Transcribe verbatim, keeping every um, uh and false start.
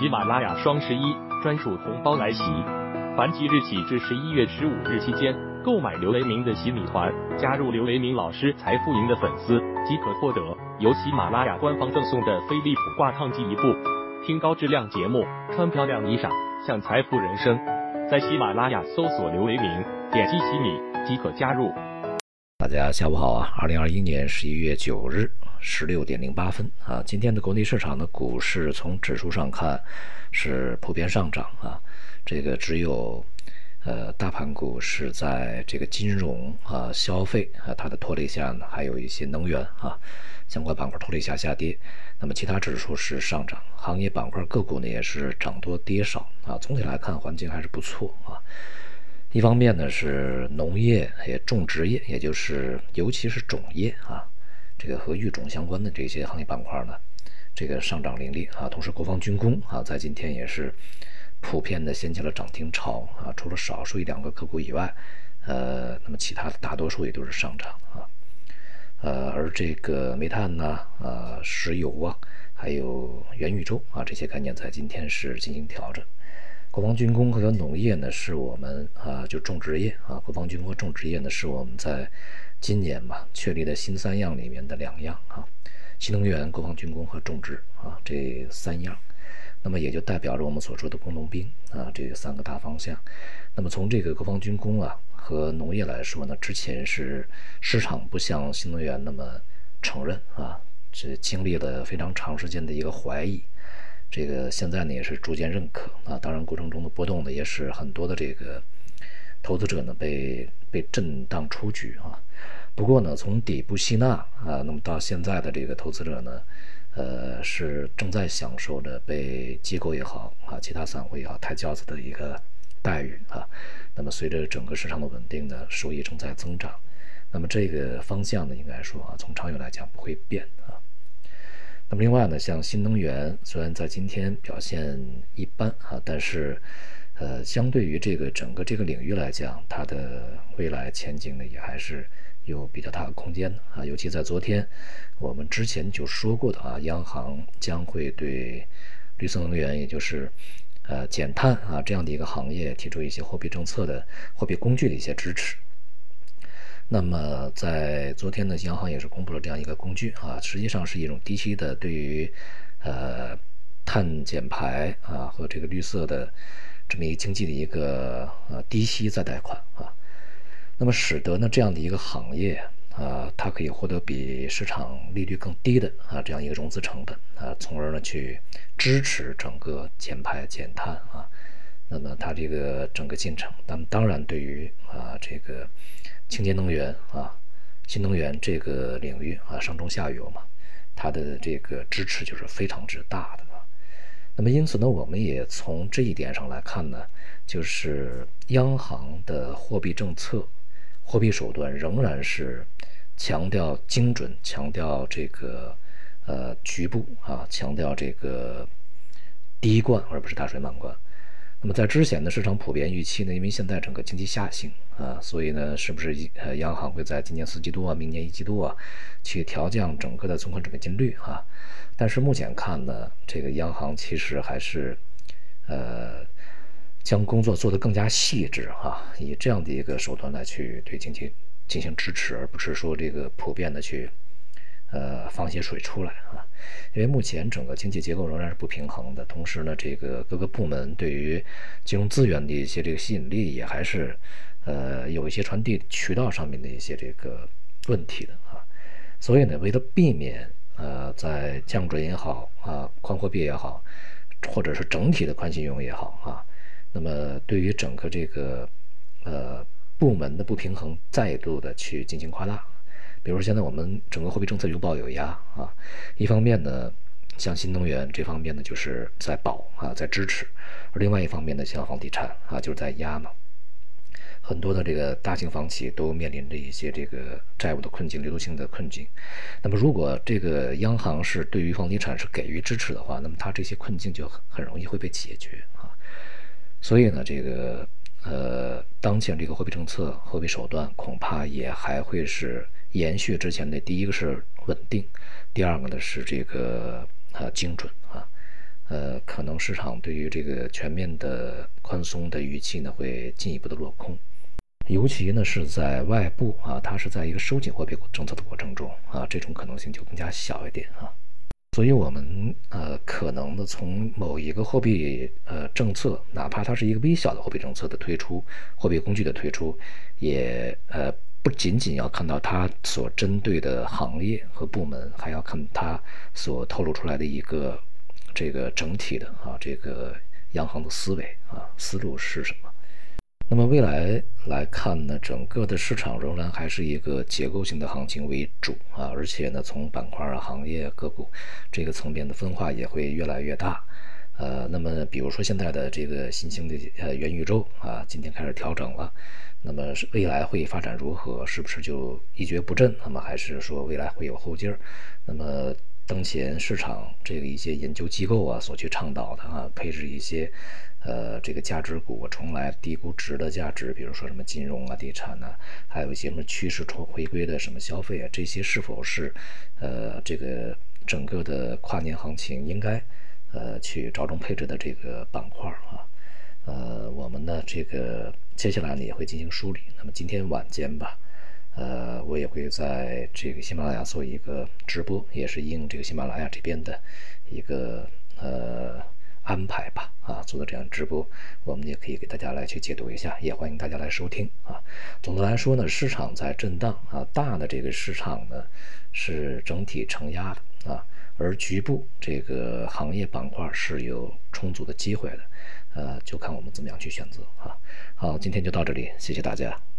喜马拉雅双十一专属红包来袭，凡即日起至十一月十五日期间购买刘雷明的洗米团，加入刘雷明老师财富营的粉丝，即可获得由喜马拉雅官方赠送的飞利浦挂烫机一部，听高质量节目，穿漂亮衣裳，享财富人生。在喜马拉雅搜索刘雷明，点击洗米即可加入。 大家下午好啊！二零二一年十一月九日十六点零八分啊，今天的国内市场的股市从指数上看是普遍上涨啊，这个只有呃大盘股是在这个金融啊、消费啊它的拖累下呢，还有一些能源啊相关板块拖累下下跌。那么其他指数是上涨，行业板块个股呢也是涨多跌少啊。总体来看环境还是不错啊。一方面呢是农业也种植业，也就是尤其是种业啊，这个和育种相关的这些行业板块呢，这个上涨凌厉啊。同时国防军工啊，在今天也是普遍的掀起了涨停潮啊，除了少数一两个个股以外，呃，那么其他的大多数也都是上涨啊。呃，而这个煤炭呢，呃，石油啊，还有元宇宙啊，这些概念在今天是进行调整。国防军工和农业呢，是我们啊，就种植业啊，国防军工和种植业呢，是我们在今年吧确立的新三样里面的两样啊，新能源、国防军工和种植啊这三样，那么也就代表着我们所说的工农兵啊这三个大方向。那么从这个国防军工啊和农业来说呢，之前是市场不像新能源那么承认啊，这经历了非常长时间的一个怀疑。这个现在呢也是逐渐认可啊，当然过程中的波动呢也使很多的这个投资者呢被被震荡出局啊。不过呢从底部吸纳啊，那么到现在的这个投资者呢，呃是正在享受着被机构也好啊，其他散户也好抬轿子的一个待遇啊。那么随着整个市场的稳定呢，收益正在增长。那么这个方向呢，应该说啊，从长远来讲不会变啊。那么另外呢，像新能源虽然在今天表现一般啊，但是呃，相对于这个整个这个领域来讲，它的未来前景呢也还是有比较大的空间的啊。尤其在昨天我们之前就说过的啊，央行将会对绿色能源，也就是呃减碳啊这样的一个行业提出一些货币政策的货币工具的一些支持。那么在昨天呢，央行也是公布了这样一个工具啊，实际上是一种低息的对于呃碳减排啊和这个绿色的这么一个经济的一个呃低息再贷款啊，那么使得呢这样的一个行业啊，它可以获得比市场利率更低的啊这样一个融资成本啊，从而呢去支持整个减排减碳啊。那么它这个整个进程，那么当然对于啊这个清洁能源啊、新能源这个领域啊，上中下游嘛，它的这个支持就是非常之大的啊。那么因此呢，我们也从这一点上来看呢，就是央行的货币政策、货币手段仍然是强调精准，强调这个呃局部啊，强调这个第一贯而不是大水漫灌。那么在之前的市场普遍预期呢，因为现在整个经济下行啊，所以呢，是不是呃央行会在今年四季度啊、明年一季度啊，去调降整个的存款准备金率啊？但是目前看呢，这个央行其实还是呃将工作做得更加细致啊，以这样的一个手段来去对经济进行支持，而不是说这个普遍的去呃放些水出来啊。因为目前整个经济结构仍然是不平衡的，同时呢，这个各个部门对于金融资源的一些这个吸引力也还是呃有一些传递渠道上面的一些这个问题的啊。所以呢，为了避免呃在降准也好啊，宽货币也好，或者是整体的宽信用也好啊，那么对于整个这个呃部门的不平衡再度的去进行夸大。比如现在我们整个货币政策有保有压啊，一方面呢，像新能源这方面呢就是在保啊，在支持，而另外一方面呢，像房地产啊就是在压嘛。很多的这个大型房企都面临着一些这个债务的困境、流动性的困境。那么如果这个央行是对于房地产是给予支持的话，那么它这些困境就很很容易会被解决啊。所以呢，这个呃，当前这个货币政策、货币手段恐怕也还会是延续之前的第一个是稳定，第二个呢是这个呃精准啊。 呃，可能市场对于这个全面的宽松的预期呢会进一步的落空。尤其呢是在外部啊，它是在一个收紧货币政策的过程中啊，这种可能性就更加小一点啊。所以我们呃可能呢从某一个货币呃政策，哪怕它是一个微小的货币政策的推出，货币工具的推出，也呃不仅仅要看到它所针对的行业和部门，还要看它所透露出来的一个这个整体的啊这个央行的思维啊思路是什么。那么未来来看呢，整个的市场仍然还是一个结构性的行情为主啊，而且呢，从板块啊、行业、个股这个层面的分化也会越来越大。呃，那么比如说现在的这个新兴的呃元宇宙啊，今天开始调整了，那么未来会发展如何？是不是就一蹶不振？那么还是说未来会有后劲儿？那么当前市场这个一些研究机构啊所去倡导的啊，配置一些呃这个价值股，重来低估值的价值，比如说什么金融啊、地产啊，还有一些什么趋势重回归的什么消费啊，这些是否是呃这个整个的跨年行情应该呃去着重配置的这个板块啊？呃，我们呢这个接下来呢也会进行梳理。那么今天晚间吧。呃，我也会在这个喜马拉雅做一个直播，也是应这个喜马拉雅这边的一个呃安排吧，啊，做的这样直播，我们也可以给大家来去解读一下，也欢迎大家来收听啊。总的来说呢，市场在震荡啊，大的这个市场呢是整体承压的啊，而局部这个行业板块是有充足的机会的，呃，就看我们怎么样去选择啊。好，今天就到这里，谢谢大家。